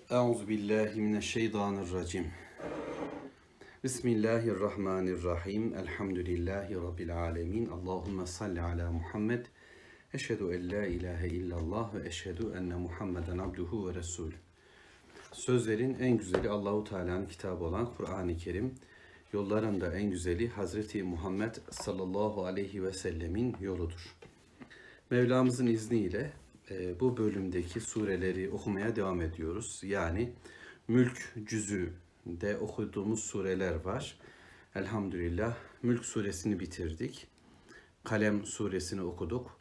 Euzu billahi mineşşeytanirracim. Bismillahirrahmanirrahim. Elhamdülillahi rabbil alamin. Allahumme salli ala Muhammed. Eşhedü en la ilahe illallah ve eşhedü enne Muhammeden abduhu ve resulü. Sözlerin en güzeli Allahu Teala'nın kitabı olan Kur'an-ı Kerim. Yolların da en güzeli Hazreti Muhammed sallallahu aleyhi ve sellemin yoludur. Mevlamızın izniyle bu bölümdeki sureleri okumaya devam ediyoruz. Yani Mülk cüzü'de okuduğumuz sureler var. Elhamdülillah Mülk suresini bitirdik. Kalem suresini okuduk.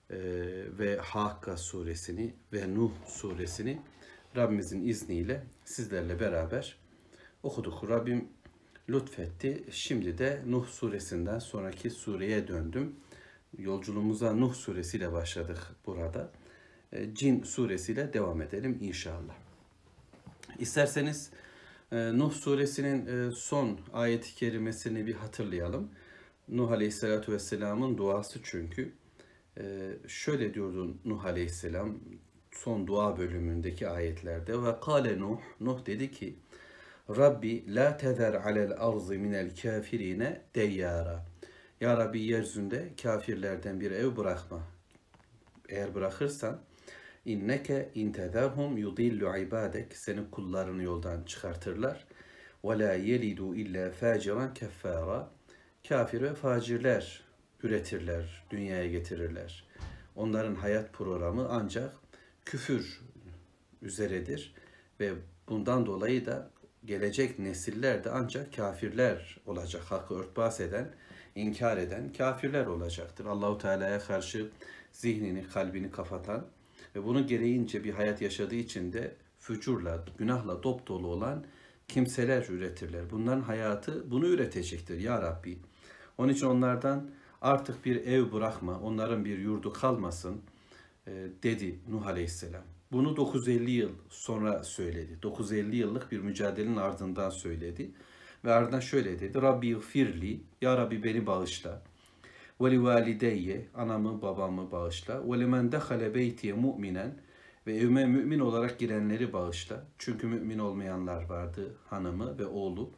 Ve Hakka suresini ve Nuh suresini Rabbimizin izniyle sizlerle beraber okuduk. Rabbim lütfetti. Şimdi de Nuh suresinden sonraki sureye döndüm. Yolculuğumuza Nuh suresiyle başladık burada. Cin suresiyle devam edelim inşallah. İsterseniz Nuh suresinin son ayet-i kerimesini bir hatırlayalım. Nuh aleyhissalatu vesselamın duası çünkü. Şöyle diyordu Nuh aleyhisselam son dua bölümündeki ayetlerde. Ve kâle Nuh, Nuh dedi ki Rabbi la tezer alel arzi minel kafirine deyyara. Ya Rabbi yeryüzünde kafirlerden bir ev bırakma. Eğer bırakırsan inneke intezerhum yudillu ibadek, senin kullarını yoldan çıkartırlar. Ve la yelidu illa faciran keffara. Kafir ve facirler üretirler, dünyaya getirirler. Onların hayat programı ancak küfür üzeredir ve bundan dolayı da gelecek nesiller de ancak kafirler olacak. Hakkı örtbas eden, inkar eden kafirler olacaktır. Allahu Teala'ya karşı zihnini, kalbini kapatan ve bunu gereğince bir hayat yaşadığı için de fücurla, günahla dop dolu olan kimseler üretirler. Bunların hayatı bunu üretecektir ya Rabbi. Onun için onlardan artık bir ev bırakma, onların bir yurdu kalmasın dedi Nuh Aleyhisselam. Bunu 950 yıl sonra söyledi. 950 yıllık bir mücadelenin ardından söyledi. Ve ardından şöyle dedi. Rabbi gfirli, ya Rabbi beni bağışla. Ve li valideyye, anamı babamı bağışla. Ve limen dehale beytiye mu'minen, ve evime mümin olarak girenleri bağışla. Çünkü mümin olmayanlar vardı, hanımı ve oğlu.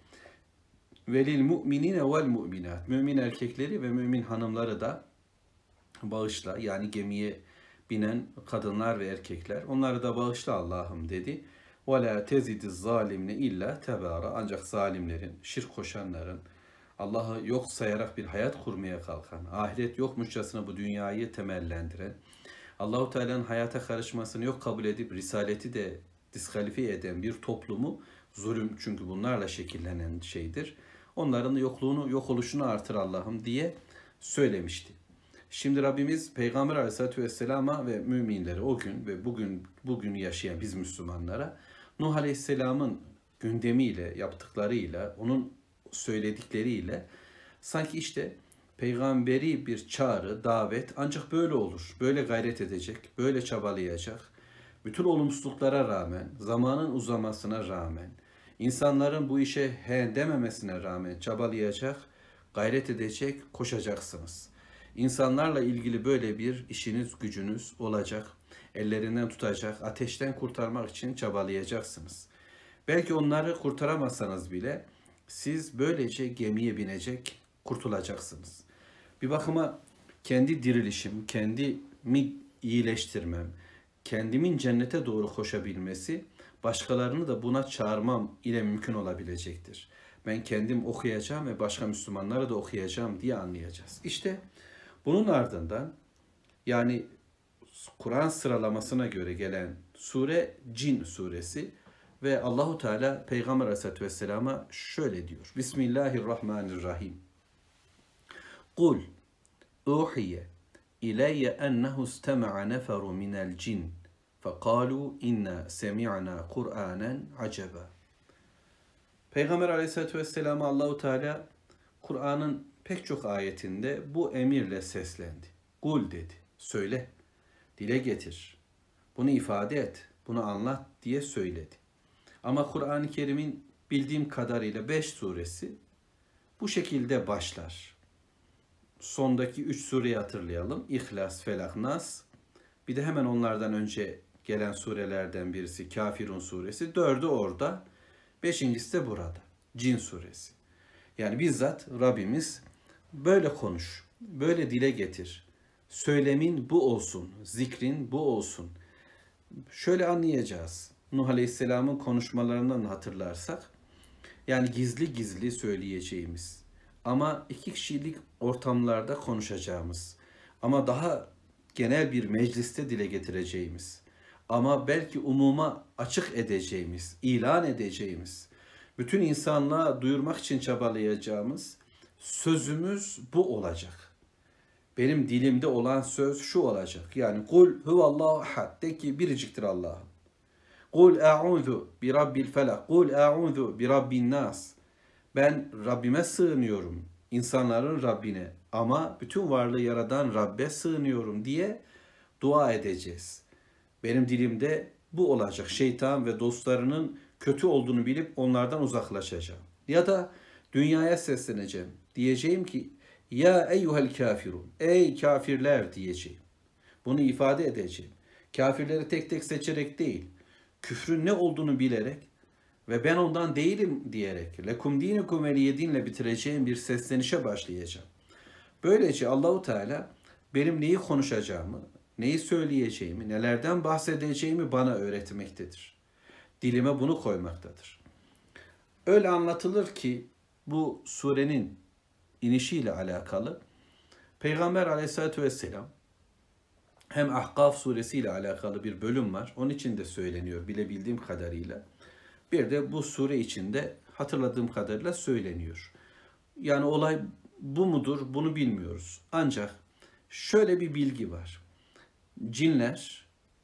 Ve lil mu'minine vel mu'minat, mümin erkekleri ve mümin hanımları da bağışla. Yani gemiye binen kadınlar ve erkekler, onları da bağışla Allah'ım dedi. وَلَا تَزِدِ الظَّالِمْنَ illa tebara. Ancak zalimlerin, şirk koşanların, Allah'ı yok sayarak bir hayat kurmaya kalkan, ahiret yokmuşçasına bu dünyayı temellendiren, Allahu Teala'nın hayata karışmasını yok kabul edip risaleti de diskalifiye eden bir toplumu, zulüm çünkü bunlarla şekillenen şeydir, onların yokluğunu, yok oluşunu artır Allah'ım diye söylemişti. Şimdi Rabbimiz Peygamber Aleyhisselatü Vesselam'a ve müminlere o gün ve bugün yaşayan biz Müslümanlara Nuh Aleyhisselam'ın gündemiyle, yaptıklarıyla, onun söyledikleriyle sanki işte peygamberi bir çağrı, davet ancak böyle olur. Böyle gayret edecek, böyle çabalayacak. Bütün olumsuzluklara rağmen, zamanın uzamasına rağmen, insanların bu işe he dememesine rağmen çabalayacak, gayret edecek, koşacaksınız. İnsanlarla ilgili böyle bir işiniz, gücünüz olacak. Ellerinden tutacak, ateşten kurtarmak için çabalayacaksınız. Belki onları kurtaramazsanız bile siz böylece gemiye binecek, kurtulacaksınız. Bir bakıma kendi dirilişim, kendimi iyileştirmem, kendimin cennete doğru koşabilmesi, başkalarını da buna çağırmam ile mümkün olabilecektir. Ben kendim okuyacağım ve başka Müslümanlara da okuyacağım diye anlayacağız. İşte bunun ardından yani Kur'an sıralamasına göre gelen sure Cin suresi ve Allahu Teala Peygamber Aleyhisselatü Vesselam'a şöyle diyor. Bismillahirrahmanirrahim. Kul uhiye ileyye ennehu istema'a neferu minel cin fekalu inna semi'na Kur'anen acaba. Peygamber Aleyhisselatü Vesselam'a Allahu Teala Kur'an'ın pek çok ayetinde bu emirle seslendi. Kul dedi, söyle, dile getir, bunu ifade et, bunu anlat diye söyledi. Ama Kur'an-ı Kerim'in bildiğim kadarıyla 5 suresi bu şekilde başlar. Sondaki 3 sureyi hatırlayalım. İhlas, Felak, Nas. Bir de hemen onlardan önce gelen surelerden birisi Kafirun suresi. 4'ü orada. 5.'si de burada. Cin suresi. Yani bizzat Rabbimiz böyle konuş, böyle dile getir. Söylemin bu olsun, zikrin bu olsun. Şöyle anlayacağız. Nuh Aleyhisselam'ın konuşmalarından hatırlarsak, yani gizli gizli söyleyeceğimiz ama 2 kişilik ortamlarda konuşacağımız ama daha genel bir mecliste dile getireceğimiz ama belki umuma açık edeceğimiz, ilan edeceğimiz, bütün insanlığa duyurmak için çabalayacağımız sözümüz bu olacak. Benim dilimde olan söz şu olacak. Yani kul huvallahu ahad, de ki biriciktir Allah'ım. Kul a'udhu bi rabbil felak. Kul a'udhu bi rabbin nas. Ben Rabbime sığınıyorum. İnsanların Rabbine ama bütün varlığı yaradan Rabbe sığınıyorum diye dua edeceğiz. Benim dilimde bu olacak. Şeytan ve dostlarının kötü olduğunu bilip onlardan uzaklaşacağım. Ya da dünyaya sesleneceğim. Diyeceğim ki ya eyyuhel kafirun. Ey kafirler diyeceğim. Bunu ifade edeceğim. Kafirleri tek tek seçerek değil, küfrün ne olduğunu bilerek ve ben ondan değilim diyerek lekum dinukum veliye dinle bitireceğim bir seslenişe başlayacağım. Böylece Allahu Teala benim neyi konuşacağımı, neyi söyleyeceğimi, nelerden bahsedeceğimi bana öğretmektedir. Dilime bunu koymaktadır. Öyle anlatılır ki bu surenin inişiyle alakalı Peygamber Aleyhisselatü Vesselam hem Ahkaf suresiyle alakalı bir bölüm var. Onun için de söyleniyor bilebildiğim kadarıyla. Bir de bu sure içinde hatırladığım kadarıyla söyleniyor. Yani olay bu mudur bunu bilmiyoruz. Ancak şöyle bir bilgi var. Cinler,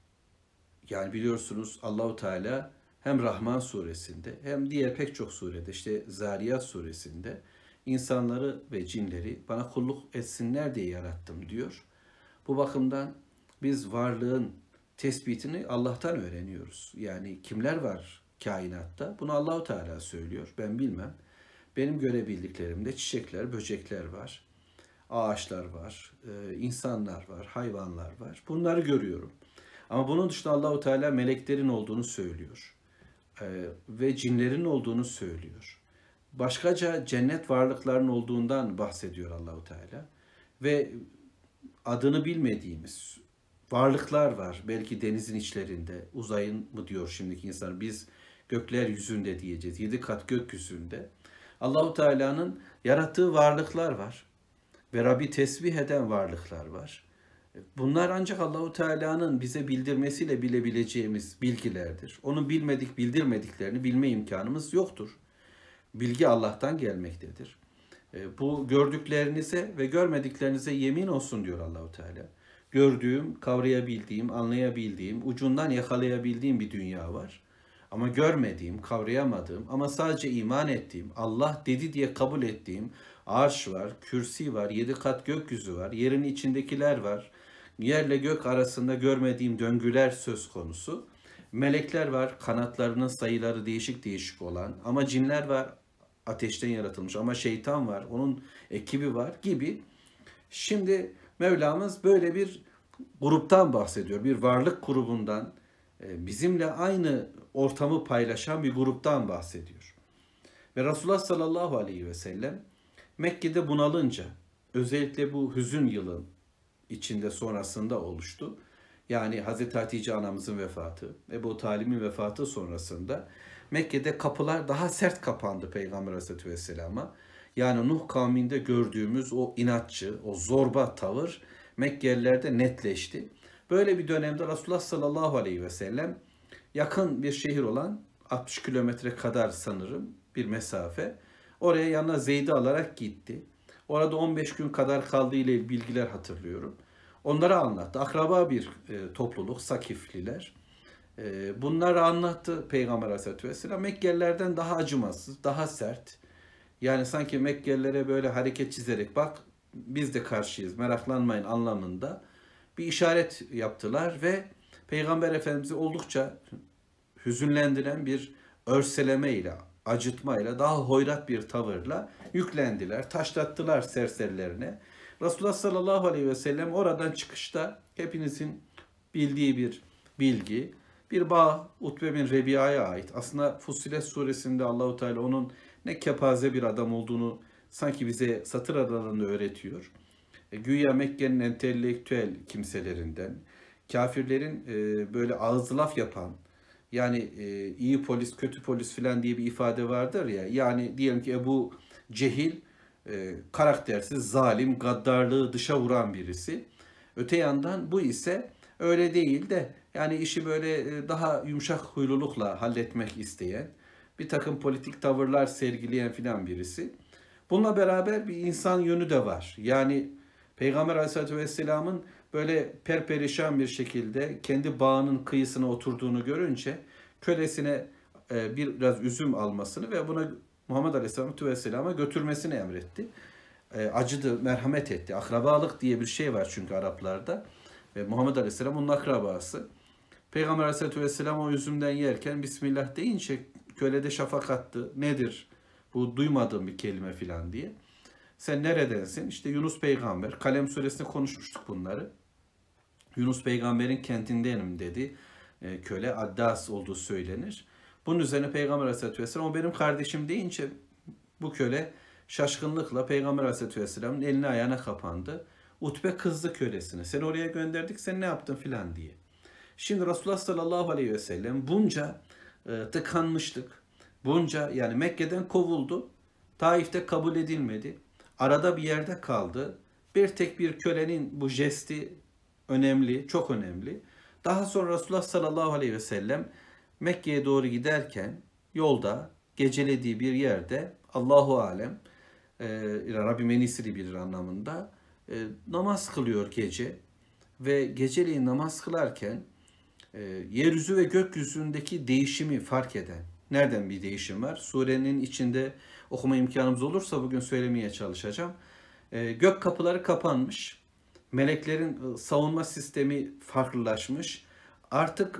yani biliyorsunuz Allahu Teala hem Rahman suresinde hem diğer pek çok surede, işte Zariyat suresinde insanları ve cinleri bana kulluk etsinler diye yarattım diyor. Bu bakımdan biz varlığın tespitini Allah'tan öğreniyoruz. Yani kimler var kainatta? Bunu Allahu Teala söylüyor. Ben bilmem. Benim görebildiklerimde çiçekler, böcekler var. Ağaçlar var, insanlar var, hayvanlar var. Bunları görüyorum. Ama bunun dışında Allahu Teala meleklerin olduğunu söylüyor. Ve cinlerin olduğunu söylüyor. Başkaca cennet varlıklarının olduğundan bahsediyor Allahu Teala. Ve adını bilmediğimiz varlıklar var. Belki denizin içlerinde, uzayın mı diyor şimdiki insan. Biz gökler yüzünde diyeceğiz. 7 kat gökyüzünde. Allahu Teala'nın yarattığı varlıklar var. Ve Rabbi tesbih eden varlıklar var. Bunlar ancak Allahu Teala'nın bize bildirmesiyle bilebileceğimiz bilgilerdir. Onun bildirmediklerini bilme imkanımız yoktur. Bilgi Allah'tan gelmektedir. Bu gördüklerinize ve görmediklerinize yemin olsun diyor Allahu Teala. Gördüğüm, kavrayabildiğim, anlayabildiğim, ucundan yakalayabildiğim bir dünya var. Ama görmediğim, kavrayamadığım ama sadece iman ettiğim, Allah dedi diye kabul ettiğim arş var, kürsi var, 7 kat gökyüzü var, yerin içindekiler var. Yerle gök arasında görmediğim döngüler söz konusu. Melekler var, kanatlarının sayıları değişik değişik olan ama cinler var, ateşten yaratılmış ama şeytan var, onun ekibi var gibi. Şimdi Mevlamız böyle bir gruptan bahsediyor, bir varlık grubundan, bizimle aynı ortamı paylaşan bir gruptan bahsediyor. Ve Resulullah sallallahu aleyhi ve sellem Mekke'de bunalınca, özellikle bu hüzün yılın içinde sonrasında oluştu. Yani Hazreti Hatice anamızın vefatı, Ebu Talib'in vefatı sonrasında Mekke'de kapılar daha sert kapandı Peygamber Aleyhisselatü Vesselam'a. Yani Nuh kavminde gördüğümüz o inatçı, o zorba tavır Mekkelilerde netleşti. Böyle bir dönemde Resulullah sallallahu aleyhi ve sellem yakın bir şehir olan 60 kilometre kadar sanırım bir mesafe. Oraya yanına Zeyd'i alarak gitti. Orada 15 gün kadar kaldığı ile bilgiler hatırlıyorum. Onlara anlattı. Akraba bir topluluk, Sakifliler. Bunları anlattı Peygamber Aleyhisselatü Vesselam. Mekkelilerden daha acımasız, daha sert. Yani sanki Mekkelilere böyle hareket çizerek bak biz de karşıyız, meraklanmayın anlamında bir işaret yaptılar ve Peygamber Efendimiz'i oldukça hüzünlendiren bir örselemeyle, acıtmayla, daha hoyrat bir tavırla yüklendiler, taşlattılar serserilerine. Resulullah sallallahu aleyhi ve sellem oradan çıkışta hepinizin bildiği bir bilgi. Bir bağ Utbe bin Rebiya'ya ait. Aslında Fussilet suresinde Allahu Teala onun ne kepaze bir adam olduğunu sanki bize satır aralarında öğretiyor. Güya Mekke'nin entelektüel kimselerinden, kafirlerin böyle ağız laf yapan, yani iyi polis, kötü polis filan diye bir ifade vardır ya. Yani diyelim ki Ebu Cehil karaktersiz, zalim, gaddarlığı dışa vuran birisi. Öte yandan bu ise öyle değil de yani işi böyle daha yumuşak huylulukla halletmek isteyen, bir takım politik tavırlar sergileyen filan birisi. Bununla beraber bir insan yönü de var. Yani Peygamber Aleyhisselatü Vesselam'ın böyle perperişan bir şekilde kendi bağının kıyısına oturduğunu görünce kölesine biraz üzüm almasını ve buna Muhammed Aleyhisselatü Vesselam'a götürmesini emretti. Acıdı, merhamet etti. Akrabalık diye bir şey var çünkü Araplarda. Ve Muhammed Aleyhisselam onun akrabası. Peygamber Aleyhisselatü Vesselam o üzümden yerken Bismillah deyince kölede şafak attı. Nedir? Bu duymadığım bir kelime filan diye. Sen neredensin? İşte Yunus peygamber. Kalem suresinde konuşmuştuk bunları. Yunus peygamberin kentindenim dedi. Köle Addas olduğu söylenir. Bunun üzerine Peygamber Aleyhisselatü Vesselam o benim kardeşim deyince bu köle şaşkınlıkla Peygamber Aleyhisselatü Vesselam'ın eline ayağına kapandı. Utbe kızdı kölesine. Seni oraya gönderdik, sen ne yaptın filan diye. Şimdi Resulullah sallallahu aleyhi ve sellem bunca tıkanmışlık, bunca yani Mekke'den kovuldu. Taif'te kabul edilmedi. Arada bir yerde kaldı. Bir tek bir kölenin bu jesti önemli, çok önemli. Daha sonra Resulullah sallallahu aleyhi ve sellem Mekke'ye doğru giderken yolda gecelediği bir yerde Allahu alem Rabbim en iyisini bilir anlamında namaz kılıyor gece ve geceleyin namaz kılarken yeryüzü ve gökyüzündeki değişimi fark eden. Nereden bir değişim var? Surenin içinde okuma imkanımız olursa bugün söylemeye çalışacağım. Gök kapıları kapanmış. Meleklerin savunma sistemi farklılaşmış. Artık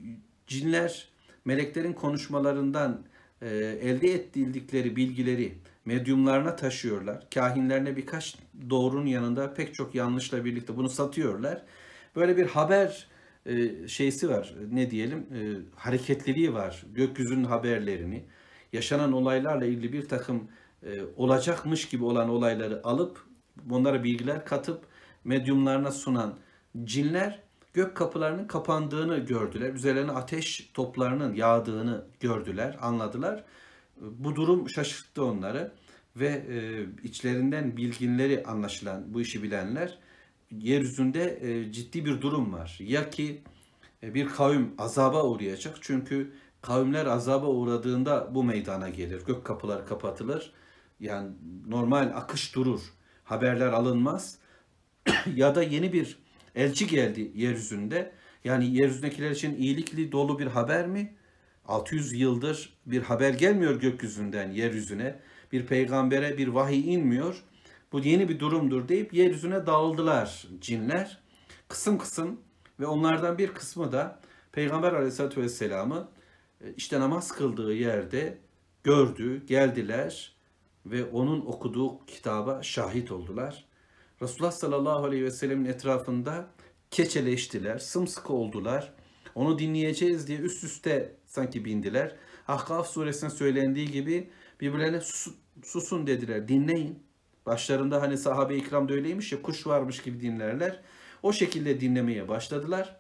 cinler meleklerin konuşmalarından elde ettiğindikleri bilgileri medyumlarına taşıyorlar. Kahinlerine birkaç doğrunun yanında pek çok yanlışla birlikte bunu satıyorlar. Böyle bir haber şeysi var, ne diyelim, hareketliliği var. Gökyüzünün haberlerini, yaşanan olaylarla ilgili bir takım olacakmış gibi olan olayları alıp onlara bilgiler katıp medyumlarına sunan cinler gök kapılarının kapandığını gördüler. Üzerlerine ateş toplarının yağdığını gördüler, anladılar. Bu durum şaşırttı onları ve içlerinden bilginleri anlaşılan bu işi bilenler yeryüzünde ciddi bir durum var. Ya ki bir kavim azaba uğrayacak çünkü kavimler azaba uğradığında bu meydana gelir. Gök kapılar kapatılır. Yani normal akış durur. Haberler alınmaz. Ya da yeni bir elçi geldi yeryüzünde. Yani yeryüzündekiler için iyilikli dolu bir haber mi? 600 yıldır bir haber gelmiyor gökyüzünden yeryüzüne. Bir peygambere bir vahiy inmiyor. Bu yeni bir durumdur deyip yeryüzüne dağıldılar cinler. Kısım kısım ve onlardan bir kısmı da Peygamber Aleyhisselatü Vesselam'ı işte namaz kıldığı yerde gördü, geldiler ve onun okuduğu kitaba şahit oldular. Resulullah sallallahu aleyhi ve sellemin etrafında keçeleştiler, sımsıkı oldular. Onu dinleyeceğiz diye üst üste sanki bindiler. Ahkaf suresinin söylendiği gibi birbirlerine susun dediler, dinleyin. Başlarında hani sahabe-i ikram da öyleymiş ya, kuş varmış gibi dinlerler. O şekilde dinlemeye başladılar.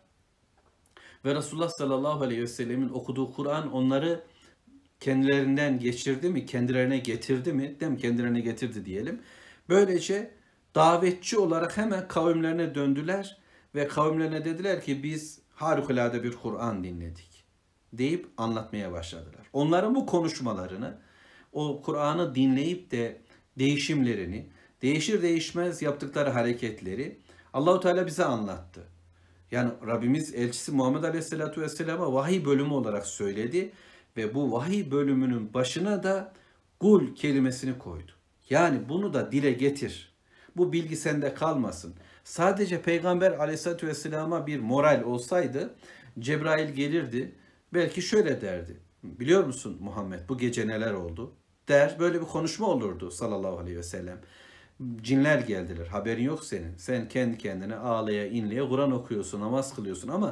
Ve Resulullah sallallahu aleyhi ve sellemin okuduğu Kur'an onları kendilerinden geçirdi mi, kendilerine getirdi mi? Değil mi? Kendilerine getirdi diyelim. Böylece davetçi olarak hemen kavimlerine döndüler ve kavimlerine dediler ki biz harikulade bir Kur'an dinledik deyip anlatmaya başladılar. Onların bu konuşmalarını, o Kur'an'ı dinleyip de değişimlerini, değişir değişmez yaptıkları hareketleri Allahu Teala bize anlattı. Yani Rabbimiz elçisi Muhammed Aleyhisselatü Vesselam'a vahiy bölümü olarak söyledi ve bu vahiy bölümünün başına da kul kelimesini koydu. Yani bunu da dile getir. Bu bilgi sende kalmasın. Sadece Peygamber Aleyhisselatü Vesselam'a bir moral olsaydı Cebrail gelirdi. Belki şöyle derdi. Biliyor musun Muhammed bu gece neler oldu? Der, böyle bir konuşma olurdu sallallahu aleyhi ve sellem. Cinler geldiler, haberin yok senin. Sen kendi kendine ağlaya inleye Kur'an okuyorsun, namaz kılıyorsun ama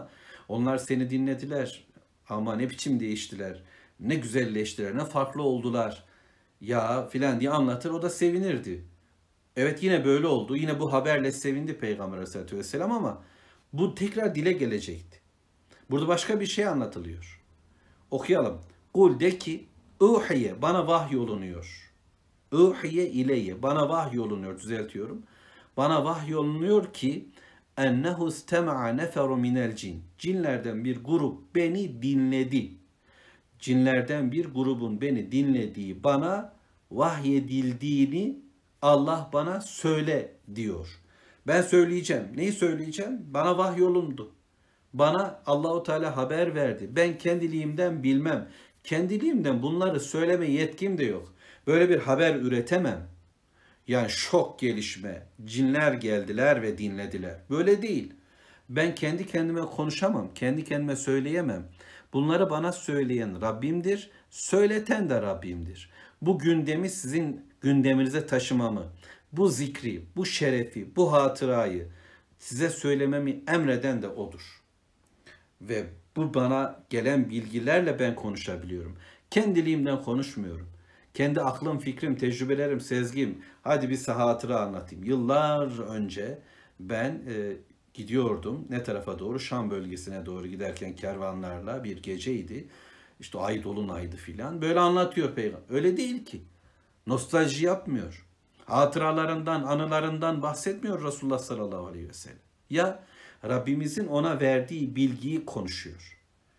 Onlar seni dinlediler. Ama ne biçim değiştiler. Ne güzelleştiler, ne farklı oldular. Ya filan diye anlatır, o da sevinirdi. Evet, yine böyle oldu. Yine bu haberle sevindi Peygamber Aleyhisselatü Vesselam ama bu tekrar dile gelecekti. Burada başka bir şey anlatılıyor. Okuyalım. Kul de ki uhiye, bana vahyolunuyor. Uhiye ileyye, bana vahyolunuyor, düzeltiyorum. Bana vahyolunuyor ki ennehu istema'a neferu minel cin. Cinlerden bir grup beni dinledi. Cinlerden bir grubun beni dinlediği, bana vahyedildiğini Allah bana söyle diyor. Ben söyleyeceğim. Neyi söyleyeceğim? Bana vahyolundu. Bana Allahu Teala haber verdi. Ben kendiliğimden bilmem. Kendiliğimden bunları söyleme yetkim de yok. Böyle bir haber üretemem. Yani şok gelişme. Cinler geldiler ve dinlediler. Böyle değil. Ben kendi kendime konuşamam. Kendi kendime söyleyemem. Bunları bana söyleyen Rabbimdir. Söyleten de Rabbimdir. Bu gündemi sizin gündeminize taşımamı, bu zikri, bu şerefi, bu hatırayı size söylememi emreden de O'dur. Ve bu bana gelen bilgilerle ben konuşabiliyorum. Kendiliğimden konuşmuyorum. Kendi aklım, fikrim, tecrübelerim, sezgim. Hadi bir hatıra anlatayım. Yıllar önce ben gidiyordum. Ne tarafa doğru? Şam bölgesine doğru giderken kervanlarla bir geceydi. İşte ay dolunaydı filan. Böyle anlatıyor Peygamber. Öyle değil ki. Nostalji yapmıyor. Hatıralarından, anılarından bahsetmiyor Resulullah sallallahu aleyhi ve sellem. Ya Rabbimizin ona verdiği bilgiyi konuşuyor.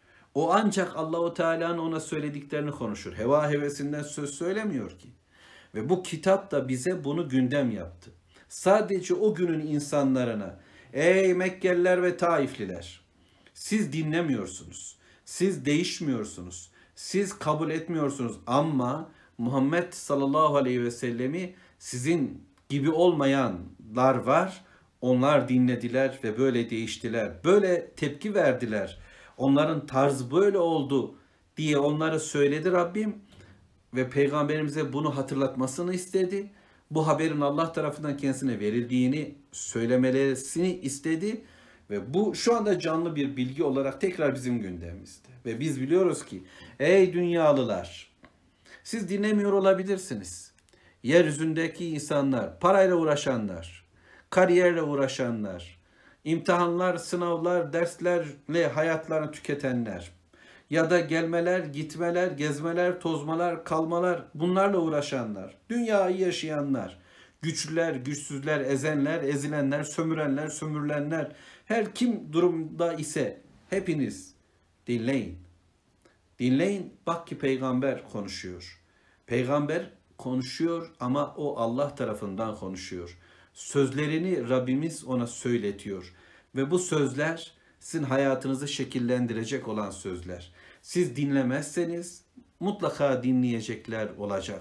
O ancak Allahu Teala'nın ona söylediklerini konuşur. Heva hevesinden söz söylemiyor ki. Ve bu kitap da bize bunu gündem yaptı. Sadece o günün insanlarına, ey Mekkeliler ve Taifliler, siz dinlemiyorsunuz, siz değişmiyorsunuz, siz kabul etmiyorsunuz ama Muhammed sallallahu aleyhi ve sellemi sizin gibi olmayanlar var. Onlar dinlediler ve böyle değiştiler. Böyle tepki verdiler. Onların tarzı böyle oldu diye onları söyledi Rabbim ve Peygamberimize bunu hatırlatmasını istedi. Bu haberin Allah tarafından kendisine verildiğini söylemelerini istedi ve bu şu anda canlı bir bilgi olarak tekrar bizim gündemimizde. Ve biz biliyoruz ki ey dünyalılar, siz dinlemiyor olabilirsiniz. Yeryüzündeki insanlar, parayla uğraşanlar, kariyerle uğraşanlar, imtihanlar, sınavlar, derslerle hayatlarını tüketenler ya da gelmeler, gitmeler, gezmeler, tozmalar, kalmalar, bunlarla uğraşanlar, dünyayı yaşayanlar, güçlüler, güçsüzler, ezenler, ezilenler, sömürenler, sömürülenler, her kim durumda ise hepiniz dinleyin. Dinleyin, bak ki peygamber konuşuyor. Peygamber konuşuyor ama o Allah tarafından konuşuyor. Sözlerini Rabbimiz ona söyletiyor. Ve bu sözler sizin hayatınızı şekillendirecek olan sözler. Siz dinlemezseniz mutlaka dinleyecekler olacak.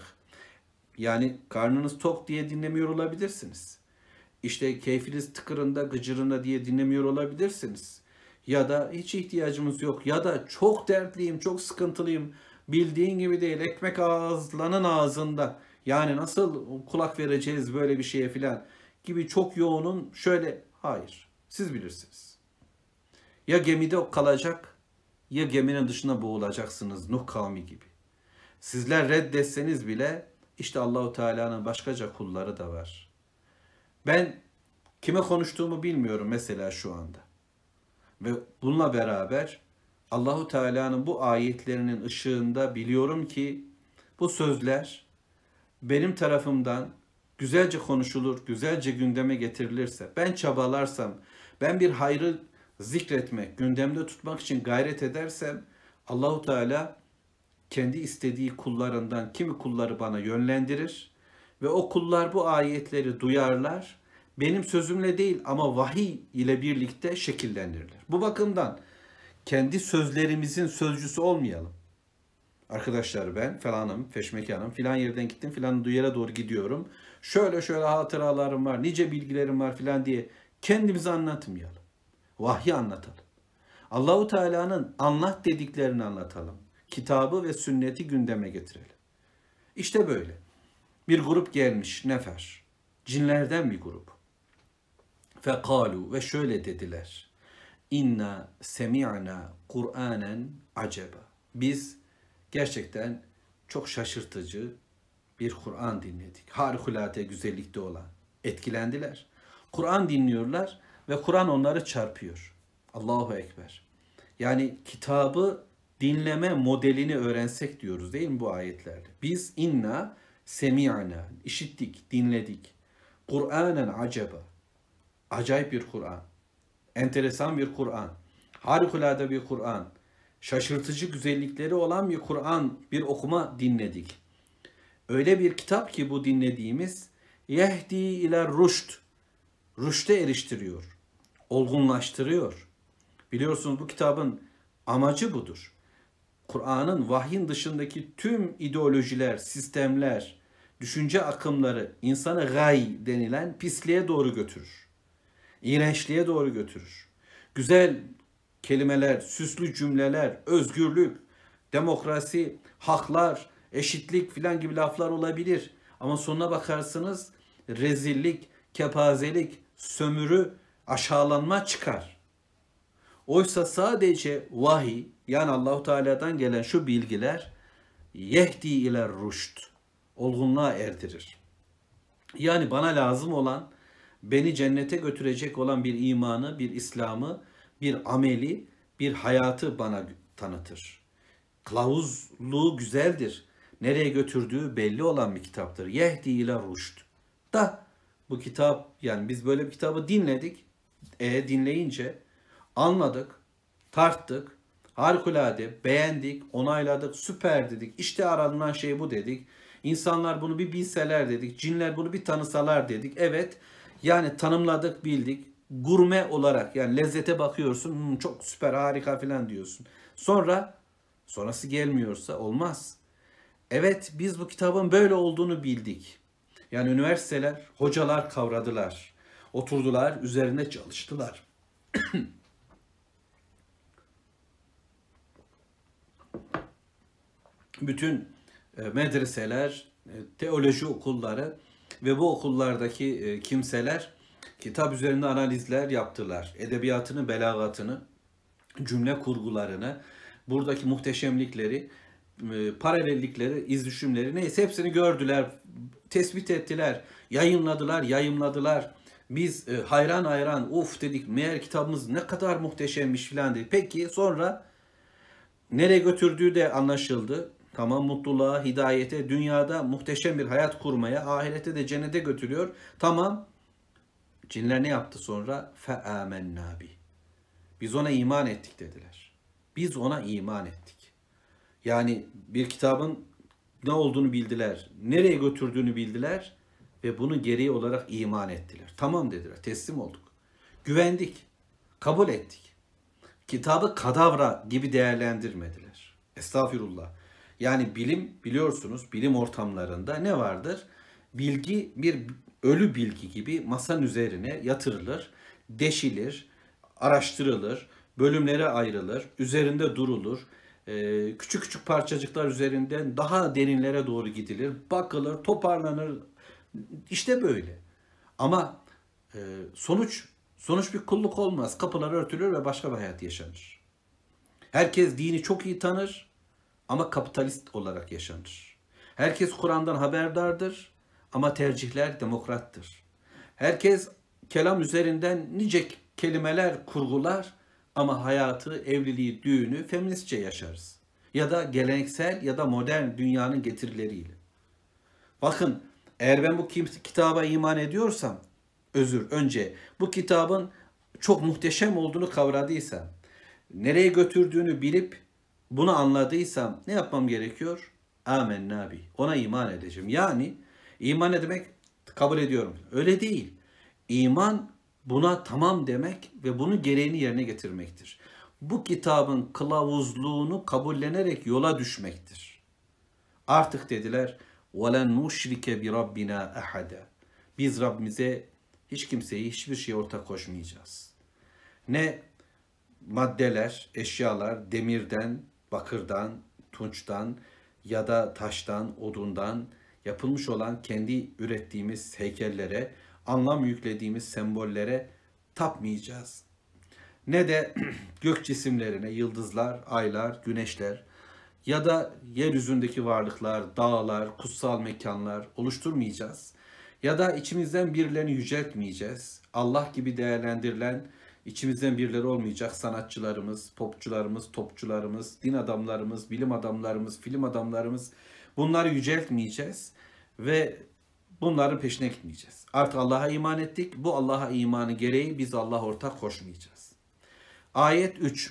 Yani karnınız tok diye dinlemiyor olabilirsiniz. İşte keyfiniz tıkırında, gıcırında diye dinlemiyor olabilirsiniz. Ya da hiç ihtiyacımız yok. Ya da çok dertliyim, çok sıkıntılıyım. Bildiğin gibi değil. Ekmek ağızlanın ağzında. Yani nasıl kulak vereceğiz böyle bir şeye filan gibi çok yoğunun şöyle. Hayır. Siz bilirsiniz. Ya gemide kalacak ya geminin dışına boğulacaksınız Nuh kavmi gibi. Sizler reddetseniz bile işte Allahu Teala'nın başkaca kulları da var. Ben kime konuştuğumu bilmiyorum mesela şu anda. Ve bununla beraber Allahu Teala'nın bu ayetlerinin ışığında biliyorum ki bu sözler benim tarafımdan güzelce konuşulur, güzelce gündeme getirilirse, ben çabalarsam, ben bir hayrı zikretmek, gündemde tutmak için gayret edersem Allahu Teala kendi istediği kullarından kimi kulları bana yönlendirir ve o kullar bu ayetleri duyarlar. Benim sözümle değil ama vahiy ile birlikte şekillendirirler. Bu bakımdan kendi sözlerimizin sözcüsü olmayalım. Arkadaşlar ben falanım, feşmekanım, filan yerden gittim, filan yere doğru gidiyorum. Şöyle şöyle hatıralarım var, nice bilgilerim var filan diye kendimizi anlatmayalım. Vahyi anlatalım. Allahu Teala'nın anlat dediklerini anlatalım. Kitabı ve sünneti gündeme getirelim. İşte böyle. Bir grup gelmiş, nefer. Cinlerden bir grup. Fekalu ve şöyle dediler. İnna semi'na Kur'anen aceba. Biz gerçekten çok şaşırtıcı bir Kur'an dinledik. Harikulade güzellikte olan. Etkilendiler. Kur'an dinliyorlar ve Kur'an onları çarpıyor. Allahu Ekber. Yani kitabı dinleme modelini öğrensek diyoruz değil mi bu ayetlerde? Biz inna semi'na, işittik, dinledik. Kur'anen acaba. Acayip bir Kur'an. Enteresan bir Kur'an. Harikulade bir Kur'an. Şaşırtıcı güzellikleri olan bir Kur'an, bir okuma dinledik. Öyle bir kitap ki bu dinlediğimiz yehdi ile rüşt. Rüşte eriştiriyor. Olgunlaştırıyor. Biliyorsunuz bu kitabın amacı budur. Kur'an'ın vahyin dışındaki tüm ideolojiler, sistemler, düşünce akımları insanı gay denilen pisliğe doğru götürür. İğrençliğe doğru götürür. Güzel kelimeler, süslü cümleler, özgürlük, demokrasi, haklar, eşitlik filan gibi laflar olabilir. Ama sonuna bakarsınız rezillik, kepazelik, sömürü, aşağılanma çıkar. Oysa sadece vahiy yani Allahu Teala'dan gelen şu bilgiler yehdi ile rüşt, olgunluğa erdirir. Yani bana lazım olan, beni cennete götürecek olan bir imanı, bir İslam'ı, bir ameli, bir hayatı bana tanıtır. Kılavuzluğu güzeldir. Nereye götürdüğü belli olan bir kitaptır. Yehdi ile rüşt. Da bu kitap yani biz böyle bir kitabı dinledik. Dinleyince anladık, tarttık, harikulade, beğendik, onayladık, süper dedik. İşte aranılan şey bu dedik. İnsanlar bunu bir bilseler dedik. Cinler bunu bir tanısalar dedik. Evet yani tanımladık, bildik. Gurme olarak yani lezzete bakıyorsun. Çok süper, harika falan diyorsun. Sonrası gelmiyorsa olmaz. Evet biz bu kitabın böyle olduğunu bildik. Yani üniversiteler, hocalar kavradılar. Oturdular, üzerine çalıştılar. Bütün medreseler, teoloji okulları ve bu okullardaki kimseler kitap üzerinde analizler yaptılar. Edebiyatını, belagatını, cümle kurgularını, buradaki muhteşemlikleri, paralellikleri, izdüşümleri neyse hepsini gördüler, tespit ettiler, yayımladılar. Biz hayran hayran uf dedik meğer kitabımız ne kadar muhteşemmiş filan dedik. Peki sonra nereye götürdüğü de anlaşıldı. Tamam mutluluğa, hidayete, dünyada muhteşem bir hayat kurmaya, ahirete de cennete götürüyor. Tamam. Cinler ne yaptı sonra? فَآمَنَّا بِهِ. Biz ona iman ettik dediler. Biz ona iman ettik. Yani bir kitabın ne olduğunu bildiler, nereye götürdüğünü bildiler ve bunu gereği olarak iman ettiler. Tamam dediler, teslim olduk. Güvendik, kabul ettik. Kitabı kadavra gibi değerlendirmediler. Estağfirullah. Yani bilim biliyorsunuz bilim ortamlarında ne vardır? Bilgi bir ölü bilgi gibi masanın üzerine yatırılır, deşilir, araştırılır, bölümlere ayrılır, üzerinde durulur. Küçük küçük parçacıklar üzerinden daha derinlere doğru gidilir, bakılır, toparlanır. İşte böyle. Ama sonuç bir kulluk olmaz. Kapılar örtülür ve başka bir hayat yaşanır. Herkes dini çok iyi tanır ama kapitalist olarak yaşanır. Herkes Kur'an'dan haberdardır ama tercihler demokrattır. Herkes kelam üzerinden nice kelimeler kurgular ama hayatı, evliliği, düğünü feministçe yaşarız. Ya da geleneksel ya da modern dünyanın getirileriyle. Bakın eğer ben bu kitaba iman ediyorsam, önce bu kitabın çok muhteşem olduğunu kavradıysam, nereye götürdüğünü bilip bunu anladıysam ne yapmam gerekiyor? Âmennâ bih. Ona iman edeceğim. Yani iman demek kabul ediyorum. Öyle değil. İman buna tamam demek ve bunun gereğini yerine getirmektir. Bu kitabın kılavuzluğunu kabullenerek yola düşmektir. Artık dediler وَلَنْ نُشْرِكَ بِرَبِّنَا أَحَدًا. Biz Rabbimize hiç kimseyi, hiçbir şeye ortak koşmayacağız. Ne maddeler, eşyalar, demirden, bakırdan, tunçtan ya da taştan, odundan yapılmış olan kendi ürettiğimiz heykellere, anlam yüklediğimiz sembollere tapmayacağız. ne de gök cisimlerine, yıldızlar, aylar, güneşler ya da yeryüzündeki varlıklar, dağlar, kutsal mekanlar oluşturmayacağız. Ya da içimizden birilerini yüceltmeyeceğiz. Allah gibi değerlendirilen içimizden birileri olmayacak. Sanatçılarımız, popçularımız, topçularımız, din adamlarımız, bilim adamlarımız, film adamlarımız, bunları yüceltmeyeceğiz ve bunların peşine gitmeyeceğiz. Artık Allah'a iman ettik. Bu Allah'a imanı gereği biz Allah'a ortak koşmayacağız. Ayet 3.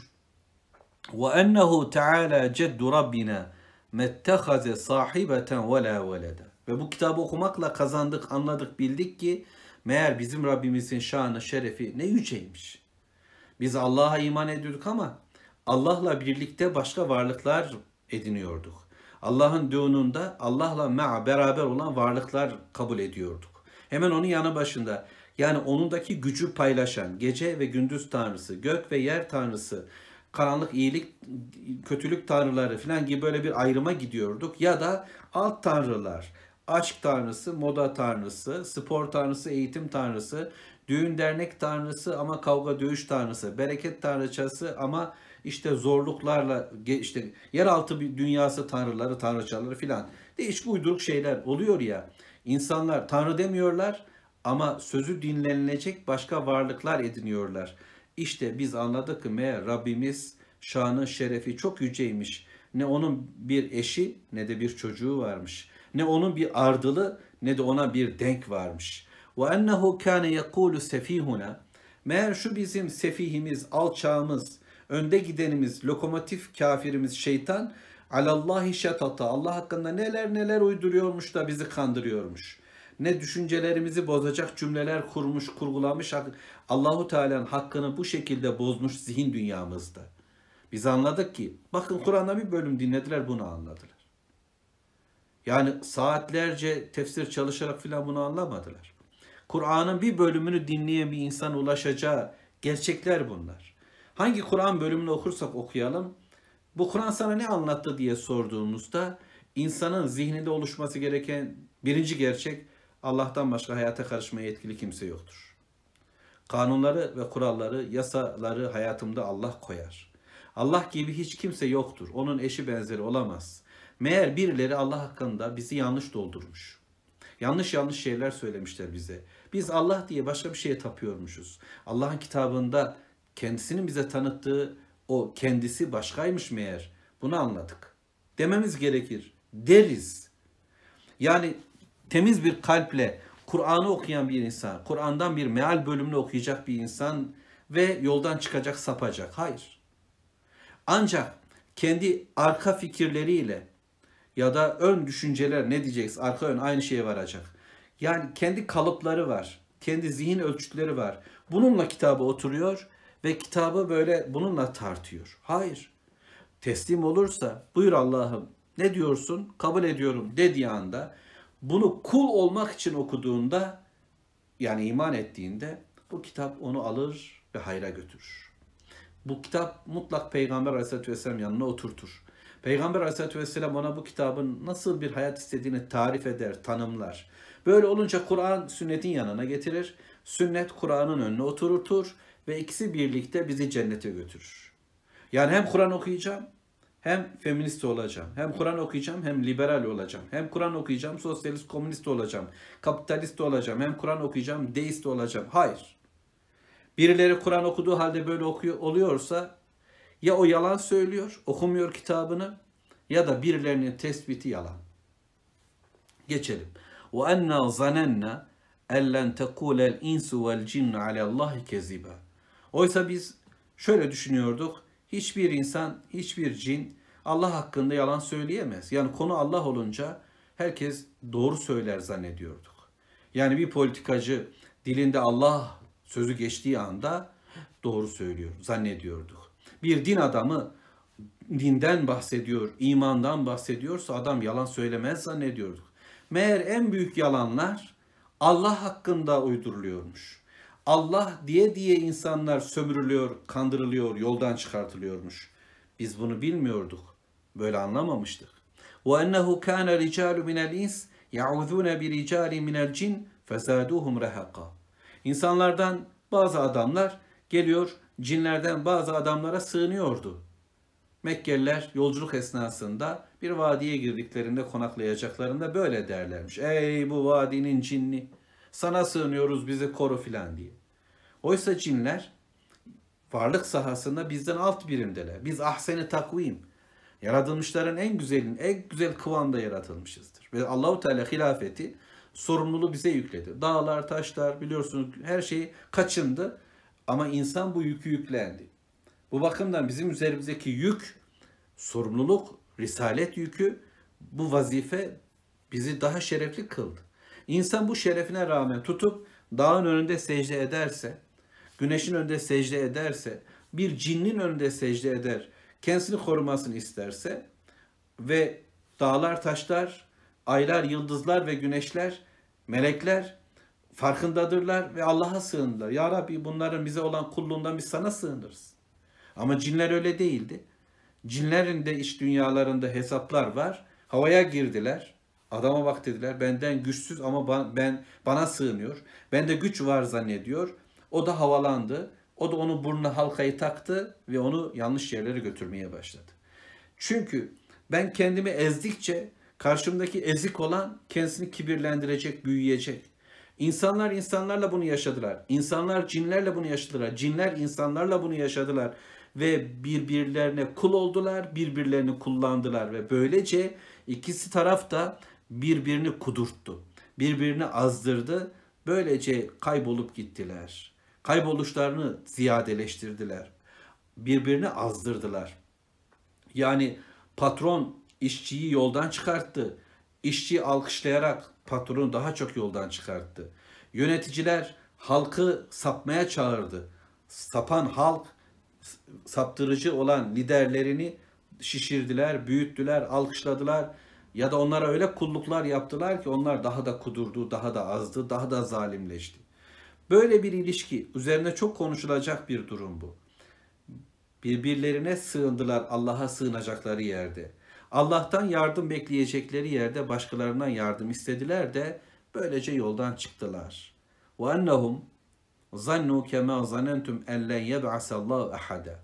وَاَنَّهُ تَعَالَى جَدُّ رَبِّنَا مَتَّخَذَ صَاحِبَةً وَلَا وَلَدًا. Ve bu kitabı okumakla kazandık, anladık, bildik ki meğer bizim Rabbimizin şanı, şerefi ne yüceymiş. Biz Allah'a iman ediyorduk ama Allah'la birlikte başka varlıklar ediniyorduk. Allah'ın düğününde Allah'la beraber olan varlıklar kabul ediyorduk. Hemen onun yanı başında, yani onundaki gücü paylaşan gece ve gündüz tanrısı, gök ve yer tanrısı, karanlık, iyilik, kötülük tanrıları falan gibi böyle bir ayrıma gidiyorduk. Ya da alt tanrılar, aşk tanrısı, moda tanrısı, spor tanrısı, eğitim tanrısı, düğün dernek tanrısı ama kavga dövüş tanrısı, bereket tanrıçası ama işte zorluklarla, işte yeraltı bir dünyası tanrıları, tanrıçaları filan. Değişik uyduruk şeyler oluyor ya. İnsanlar tanrı demiyorlar ama sözü dinlenilecek başka varlıklar ediniyorlar. İşte biz anladık ki meğer Rabbimiz şanı, şerefi çok yüceymiş. Ne onun bir eşi ne de bir çocuğu varmış. Ne onun bir ardılı ne de ona bir denk varmış. وَاَنَّهُ كَانَ يَقُولُ سَف۪يهُنَا. Meğer şu bizim sefihimiz, alçağımız, önde gidenimiz, lokomotif kafirimiz şeytan, alallahi şatata, Allah hakkında neler neler uyduruyormuş da bizi kandırıyormuş. Ne düşüncelerimizi bozacak cümleler kurmuş, kurgulamış, Allahu Teala'nın hakkını bu şekilde bozmuş zihin dünyamızda. Biz anladık ki, bakın Kur'an'da bir bölüm dinlediler, bunu anladılar. Yani saatlerce tefsir çalışarak filan bunu anlamadılar. Kur'an'ın bir bölümünü dinleyen bir insana ulaşacağı gerçekler bunlar. Hangi Kur'an bölümünü okursak okuyalım, bu Kur'an sana ne anlattı diye sorduğumuzda insanın zihninde oluşması gereken birinci gerçek, Allah'tan başka hayata karışmaya yetkili kimse yoktur. Kanunları ve kuralları, yasaları hayatımda Allah koyar. Allah gibi hiç kimse yoktur. Onun eşi benzeri olamaz. Meğer birileri Allah hakkında bizi yanlış doldurmuş. Yanlış yanlış şeyler söylemişler bize. Biz Allah diye başka bir şeye tapıyormuşuz. Allah'ın kitabında kendisinin bize tanıttığı o kendisi başkaymış meğer. Bunu anladık. Dememiz gerekir. Deriz. Yani temiz bir kalple Kur'an'ı okuyan bir insan, Kur'an'dan bir meal bölümünü okuyacak bir insan ve yoldan çıkacak, sapacak. Hayır. Ancak kendi arka fikirleriyle ya da ön düşünceler, ne diyeceksin? Arka ön aynı şeye varacak. Yani kendi kalıpları var. Kendi zihin ölçütleri var. Bununla kitaba oturuyor ve kitabı böyle bununla tartıyor. Hayır. Teslim olursa, buyur Allah'ım ne diyorsun? Kabul ediyorum dediği anda, bunu kul olmak için okuduğunda, yani iman ettiğinde, bu kitap onu alır ve hayra götürür. Bu kitap mutlak Peygamber Aleyhisselatü Vesselam yanına oturtur. Peygamber Aleyhisselatü Vesselam ona bu kitabın nasıl bir hayat istediğini tarif eder, tanımlar. Böyle olunca Kur'an sünnetin yanına getirir. Sünnet Kur'an'ın önüne oturtur ve ikisi birlikte bizi cennete götürür. Yani hem Kur'an okuyacağım, hem feminist olacağım. Hem Kur'an okuyacağım, hem liberal olacağım. Hem Kur'an okuyacağım, sosyalist, komünist olacağım. Kapitalist olacağım. Hem Kur'an okuyacağım, deist olacağım. Hayır. Birileri Kur'an okuduğu halde böyle oluyorsa, ya o yalan söylüyor, okumuyor kitabını, ya da birilerinin tespiti yalan. Geçelim. وَاَنَّا ظَنَنَّا اَلَّنْ تَقُولَ الْاِنْسُ وَالْجِنُّ عَلَى اللّٰهِ كَذِبًا. Oysa biz şöyle düşünüyorduk, hiçbir insan, hiçbir cin Allah hakkında yalan söyleyemez. Yani konu Allah olunca herkes doğru söyler zannediyorduk. Yani bir politikacı dilinde Allah sözü geçtiği anda doğru söylüyor zannediyorduk. Bir din adamı dinden bahsediyor, imandan bahsediyorsa adam yalan söylemez zannediyorduk. Meğer en büyük yalanlar Allah hakkında uyduruluyormuş. Allah diye insanlar sömürülüyor, kandırılıyor, yoldan çıkartılıyormuş. Biz bunu bilmiyorduk. Böyle anlamamıştık. وَاَنَّهُ كَانَ رِجَالُ مِنَ الْاِنْسِ يَعُوذُونَ بِرِجَالٍ مِنَ الْجِنِ فَزَادُوهُمْ رَهَقًا. İnsanlardan bazı adamlar geliyor, cinlerden bazı adamlara sığınıyordu. Mekkeliler yolculuk esnasında bir vadiye girdiklerinde konaklayacaklarında böyle derlermiş. Ey bu vadinin cinni, sana sığınıyoruz, bizi koru filan diye. Oysa cinler varlık sahasında bizden alt birimdeler. Biz ahseni takvim, yaratılmışların en güzel kıvamda yaratılmışızdır. Ve Allahu Teala hilafeti, sorumluluğu bize yükledi. Dağlar, taşlar, biliyorsunuz her şeyi kaçındı ama insan bu yükü yüklendi. Bu bakımdan bizim üzerimizdeki yük, sorumluluk, risalet yükü, bu vazife bizi daha şerefli kıldı. İnsan bu şerefine rağmen tutup dağın önünde secde ederse, güneşin önünde secde ederse, bir cinnin önünde secde eder, kendisini korumasını isterse ve dağlar, taşlar, aylar, yıldızlar ve güneşler, melekler farkındadırlar ve Allah'a sığınırlar. Ya Rabbi, bunların bize olan kulluğundan biz sana sığınırız. Ama cinler öyle değildi. Cinlerin de iç dünyalarında hesaplar var. Havaya girdiler. Adama bak dediler. Benden güçsüz ama bana sığınıyor. Bende güç var zannediyor. O da havalandı. O da onun burnuna halkayı taktı ve onu yanlış yerlere götürmeye başladı. Çünkü ben kendimi ezdikçe karşımdaki ezik olan kendisini kibirlendirecek, büyüyecek. İnsanlar insanlarla bunu yaşadılar. İnsanlar cinlerle bunu yaşadılar. Cinler insanlarla bunu yaşadılar. Ve birbirlerine kul oldular, birbirlerini kullandılar ve böylece ikisi taraf da birbirini kudurttu. Birbirini azdırdı. Böylece kaybolup gittiler. Kayboluşlarını ziyadeleştirdiler. Birbirini azdırdılar. Yani patron işçiyi yoldan çıkarttı. İşçi alkışlayarak patronu daha çok yoldan çıkarttı. Yöneticiler halkı sapmaya çağırdı. Sapan halk saptırıcı olan liderlerini şişirdiler, büyüttüler, alkışladılar ya da onlara öyle kulluklar yaptılar ki onlar daha da kudurdu, daha da azdı, daha da zalimleşti. Böyle bir ilişki, üzerine çok konuşulacak bir durum bu. Birbirlerine sığındılar Allah'a sığınacakları yerde. Allah'tan yardım bekleyecekleri yerde başkalarından yardım istediler de böylece yoldan çıktılar. Ve ennehum zannu kema zanentum en len yeb'asallahu ahada.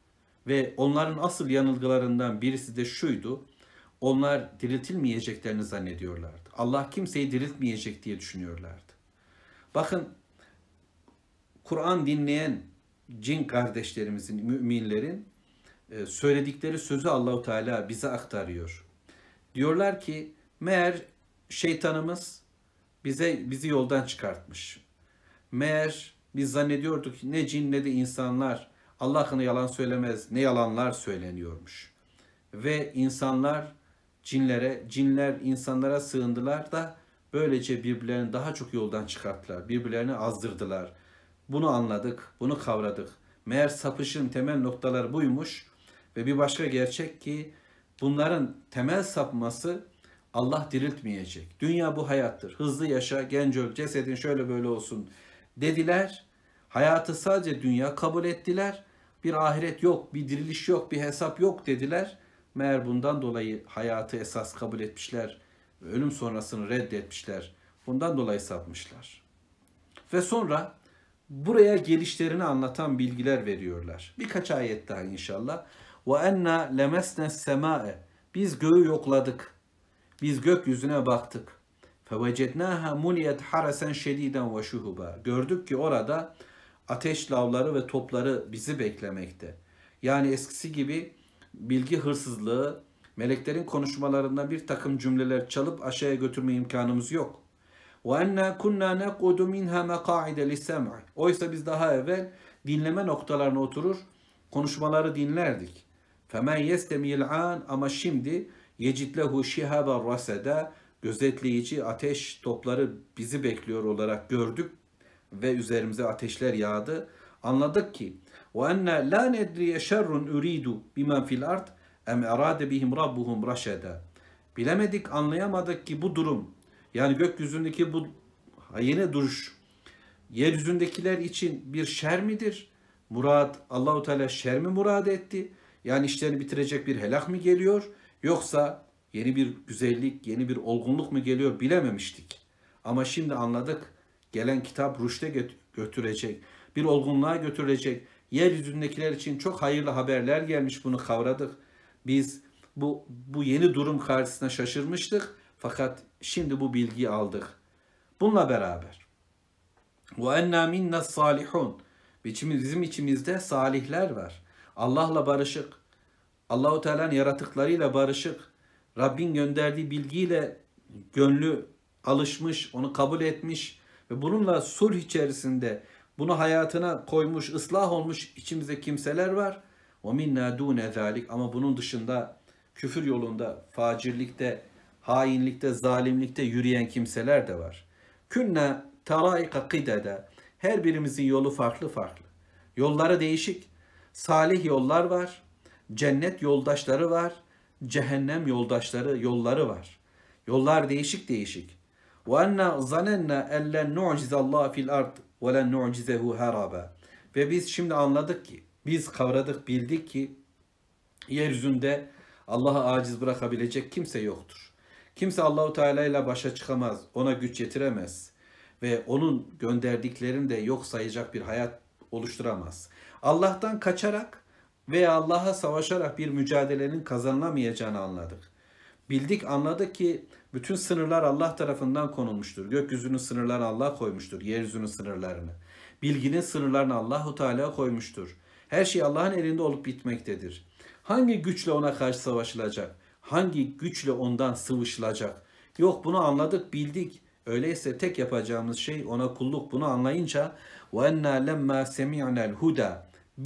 Ve onların asıl yanılgılarından birisi de şuydu. Onlar diriltilmeyeceklerini zannediyorlardı. Allah kimseyi diriltmeyecek diye düşünüyorlardı. Bakın, Kur'an dinleyen cin kardeşlerimizin, müminlerin söyledikleri sözü Allahu Teala bize aktarıyor. Diyorlar ki meğer şeytanımız bizi yoldan çıkartmış. Meğer biz zannediyorduk ki ne cin ne de insanlar Allah hakkında yalan söylemez, ne yalanlar söyleniyormuş. Ve insanlar cinler insanlara sığındılar da böylece birbirlerini daha çok yoldan çıkarttılar. Birbirlerini azdırdılar. Bunu anladık, bunu kavradık. Meğer sapışın temel noktaları buymuş ve bir başka gerçek ki bunların temel sapması Allah diriltmeyecek. Dünya bu hayattır. Hızlı yaşa, genç öl, cesedin şöyle böyle olsun dediler. Hayatı sadece dünya kabul ettiler. Bir ahiret yok, bir diriliş yok, bir hesap yok dediler. Meğer bundan dolayı hayatı esas kabul etmişler. Ölüm sonrasını reddetmişler. Bundan dolayı sapmışlar. Ve sonra buraya gelişlerini anlatan bilgiler veriyorlar. Birkaç ayet daha inşallah. وَاَنَّا لَمَسْنَا السَّمَاءَ Biz göğü yokladık. Biz gökyüzüne baktık. فَوَجَدْنَاهَا مُلِيَتْ حَرَسًا شَد۪يدًا وَشُهُبًا Gördük ki orada ateş lavları ve topları bizi beklemekte. Yani eskisi gibi bilgi hırsızlığı, meleklerin konuşmalarından bir takım cümleler çalıp aşağıya götürme imkanımız yok. وَاَنَّا كُنَّا نَقْعُدُ مِنْهَا مَقَاعِدَ لِسَّمْعِ Oysa biz daha evvel dinleme noktalarına oturur, konuşmaları dinlerdik. فَمَنْ يَسْتَمِيَ الْعَانِ Ama şimdi يَجِدْ لَهُ شِهَابًا رَسَدًا Gözetleyici ateş topları bizi bekliyor olarak gördük ve üzerimize ateşler yağdı. Anladık ki وَاَنَّا لَا نَدْرِيَ شَرٌ اُرِيدُ بِمَنْ فِي الْأَرْضِ اَمْ اَرَادَ بِهِمْ رَبُّهُمْ رَشَدًا Bilemedik, anlayamadık ki bu durum, yani gökyüzündeki bu yeni duruş, yeryüzündekiler için bir şer midir? Allahu Teala şer mi murad etti? Yani işlerini bitirecek bir helak mı geliyor? Yoksa yeni bir güzellik, yeni bir olgunluk mu geliyor? Bilememiştik. Ama şimdi anladık. Gelen kitap rüşte götürecek, bir olgunluğa götürecek, Yeryüzündekiler için çok hayırlı haberler gelmiş, bunu kavradık. Biz bu yeni durum karşısında şaşırmıştık. Fakat şimdi bu bilgiyi aldık. Bununla beraber ve enna minna salihun. Bizim içimizde salihler var. Allah'la barışık. Allahu Teala'nın yaratıklarıyla barışık. Rabbin gönderdiği bilgiyle gönlü alışmış, onu kabul etmiş ve bununla sulh içerisinde bunu hayatına koymuş, ıslah olmuş içimizde kimseler var. O minna dune zalik, ama bunun dışında küfür yolunda, facirlikte, hainlikte, zalimlikte yürüyen kimseler de var. Künne taraika kidede. Her birimizin yolu farklı farklı. Yolları değişik. Salih yollar var. Cennet yoldaşları var. Cehennem yolları var. Yollar değişik değişik. Ve enna zanenna ellen nu'cizallah fil ard ve len nu'cizehu haraba. Ve biz şimdi anladık ki, biz kavradık, bildik ki yeryüzünde Allah'ı aciz bırakabilecek kimse yoktur. Kimse Allahu Teala ile başa çıkamaz, ona güç yetiremez ve onun gönderdiklerini de yok sayacak bir hayat oluşturamaz. Allah'tan kaçarak veya Allah'a savaşarak bir mücadelenin kazanılamayacağını anladık. Bildik, anladık ki bütün sınırlar Allah tarafından konulmuştur. Gökyüzünün sınırlarını Allah koymuştur, yeryüzünün sınırlarını. Bilginin sınırlarını Allahu Teala koymuştur. Her şey Allah'ın elinde olup bitmektedir. Hangi güçle ona karşı savaşılacak? Hangi güçle ondan sıvışılacak? Yok, bunu anladık, bildik. Öyleyse tek yapacağımız şey ona kulluk. Bunu anlayınca وَاَنَّا لَمَّا سَمِعْنَا الْهُدَى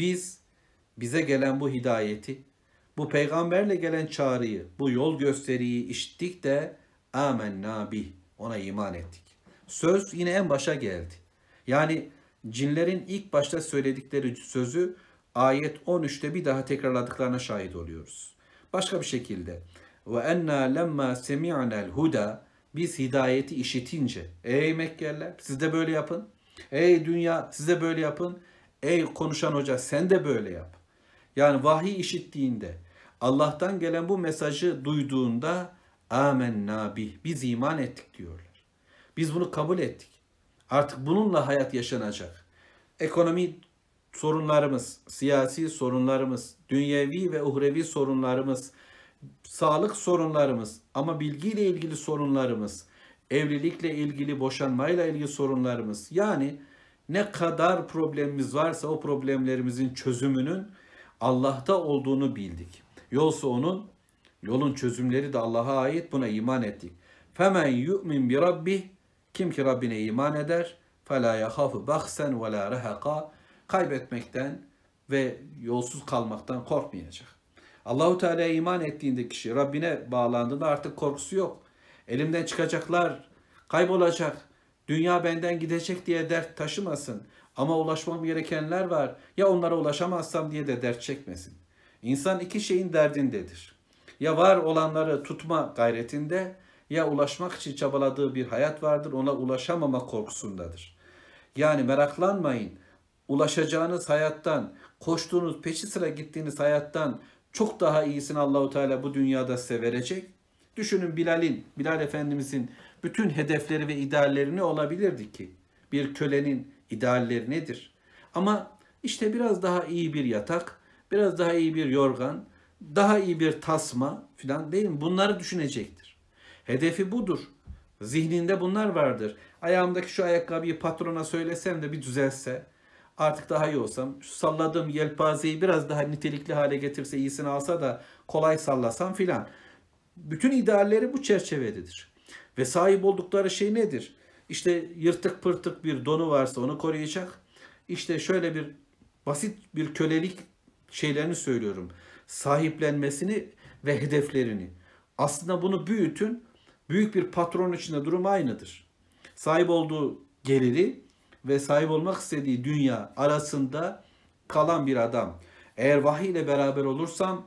bize gelen bu hidayeti, bu peygamberle gelen çağrıyı, bu yol gösteriyi işittik de amenna bih, ona iman ettik. Söz yine en başa geldi. Yani cinlerin ilk başta söyledikleri sözü ayet 13'te bir daha tekrarladıklarına şahit oluyoruz. Başka bir şekilde ve enna lemma semi'na'l huda, biz hidayeti işitince, ey Mekkeliler siz de böyle yapın. Ey dünya siz de böyle yapın. Ey konuşan hoca sen de böyle yap. Yani vahiy işittiğinde, Allah'tan gelen bu mesajı duyduğunda amenna bih, biz iman ettik diyorlar. Biz bunu kabul ettik. Artık bununla hayat yaşanacak. Ekonomi sorunlarımız, siyasi sorunlarımız, dünyevi ve uhrevi sorunlarımız, sağlık sorunlarımız, ama bilgiyle ilgili sorunlarımız, evlilikle ilgili, boşanmayla ilgili sorunlarımız, yani ne kadar problemimiz varsa o problemlerimizin çözümünün Allah'ta olduğunu bildik. Yolsa onun, yolun çözümleri de Allah'a ait, buna iman ettik. Femen yu'min bi rabbih, kim ki Rabbine iman eder, فَلَا يَخَافُ بَخْسًا وَلَا رَهَقًا, kaybetmekten ve yolsuz kalmaktan korkmayacak. Allahu Teala'ya iman ettiğinde kişi, Rabbine bağlandığında artık korkusu yok. Elimden çıkacaklar, kaybolacak, dünya benden gidecek diye dert taşımasın. Ama ulaşmam gerekenler var, ya onlara ulaşamazsam diye de dert çekmesin. İnsan iki şeyin derdindedir. Ya var olanları tutma gayretinde, ya ulaşmak için çabaladığı bir hayat vardır, ona ulaşamama korkusundadır. Yani meraklanmayın, ulaşacağınız hayattan, koştuğunuz, peşi sıra gittiğiniz hayattan çok daha iyisini Allahu Teala bu dünyada size verecek. Düşünün Bilal Efendimizin bütün hedefleri ve idealleri ne olabilirdi ki? Bir kölenin idealleri nedir? Ama işte biraz daha iyi bir yatak, biraz daha iyi bir yorgan, daha iyi bir tasma filan, değil mi? Bunları düşünecektir. Hedefi budur. Zihninde bunlar vardır. Ayağımdaki şu ayakkabıyı patrona söylesem de bir düzelse, artık daha iyi olsam, şu salladığım yelpazeyi biraz daha nitelikli hale getirse, iyisini alsa da kolay sallasam filan. Bütün idealleri bu çerçevededir. Ve sahip oldukları şey nedir? İşte yırtık pırtık bir donu varsa onu koruyacak. İşte şöyle bir basit bir kölelik şeylerini söylüyorum. Sahiplenmesini ve hedeflerini. Aslında bunu büyütün. Büyük bir patron içinde durum aynıdır. Sahip olduğu geliri ve sahip olmak istediği dünya arasında kalan bir adam. Eğer vahiy ile beraber olursam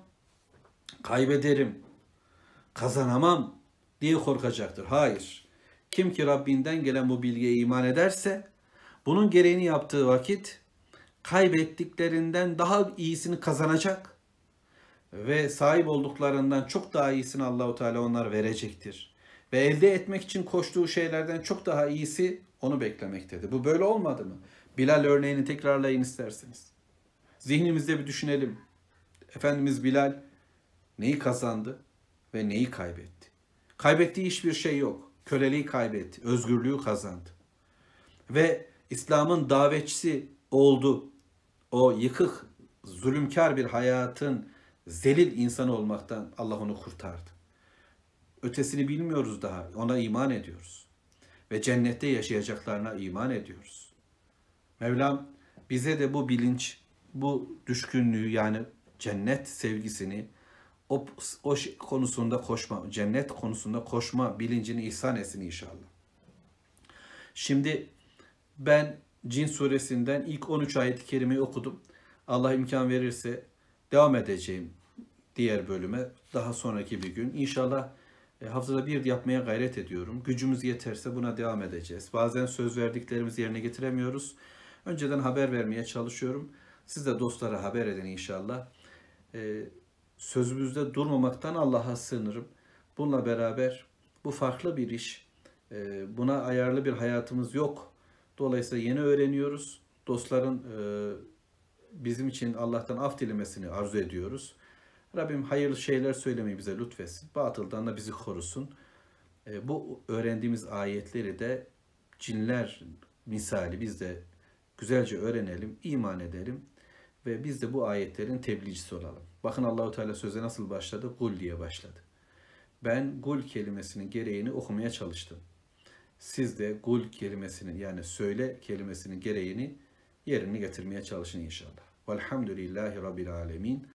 kaybederim, kazanamam diye korkacaktır. Hayır. Kim ki Rabbinden gelen bu bilgiye iman ederse, bunun gereğini yaptığı vakit kaybettiklerinden daha iyisini kazanacak ve sahip olduklarından çok daha iyisini Allahu Teala onlara verecektir. Ve elde etmek için koştuğu şeylerden çok daha iyisi onu beklemektedir. Bu böyle olmadı mı? Bilal örneğini tekrarlayın isterseniz. Zihnimizde bir düşünelim. Efendimiz Bilal neyi kazandı ve neyi kaybetti? Kaybettiği hiçbir şey yok. Köleliği kaybetti, özgürlüğü kazandı. Ve İslam'ın davetçisi oldu. O yıkık, zulümkar bir hayatın zelil insanı olmaktan Allah onu kurtardı. Ötesini bilmiyoruz daha. Ona iman ediyoruz. Ve cennette yaşayacaklarına iman ediyoruz. Mevlam bize de bu bilinç, bu düşkünlüğü yani cennet sevgisini o konusunda koşma, cennet konusunda koşma bilincini ihsan etsin inşallah. Şimdi ben Cin suresinden ilk 13 ayet-i kerimeyi okudum. Allah imkan verirse devam edeceğim diğer bölüme daha sonraki bir gün. İnşallah haftada bir yapmaya gayret ediyorum. Gücümüz yeterse buna devam edeceğiz. Bazen söz verdiklerimizi yerine getiremiyoruz. Önceden haber vermeye çalışıyorum. Siz de dostlara haber edin inşallah. Sözümüzde durmamaktan Allah'a sığınırım. Bununla beraber bu farklı bir iş. Buna ayarlı bir hayatımız yok. Dolayısıyla yeni öğreniyoruz. Dostların bizim için Allah'tan af dilemesini arzu ediyoruz. Rabbim hayırlı şeyler söylemeyi bize lütfetsin. Batıldan da bizi korusun. Bu öğrendiğimiz ayetleri de cinler misali biz de güzelce öğrenelim, iman edelim ve biz de bu ayetlerin tebliğcisi olalım. Bakın Allahu Teala söze nasıl başladı? Kul diye başladı. Ben kul kelimesinin gereğini okumaya çalıştım. Siz de kul kelimesinin yani söyle kelimesinin gereğini yerine getirmeye çalışın inşallah. Velhamdülillahi Rabbil Alemin.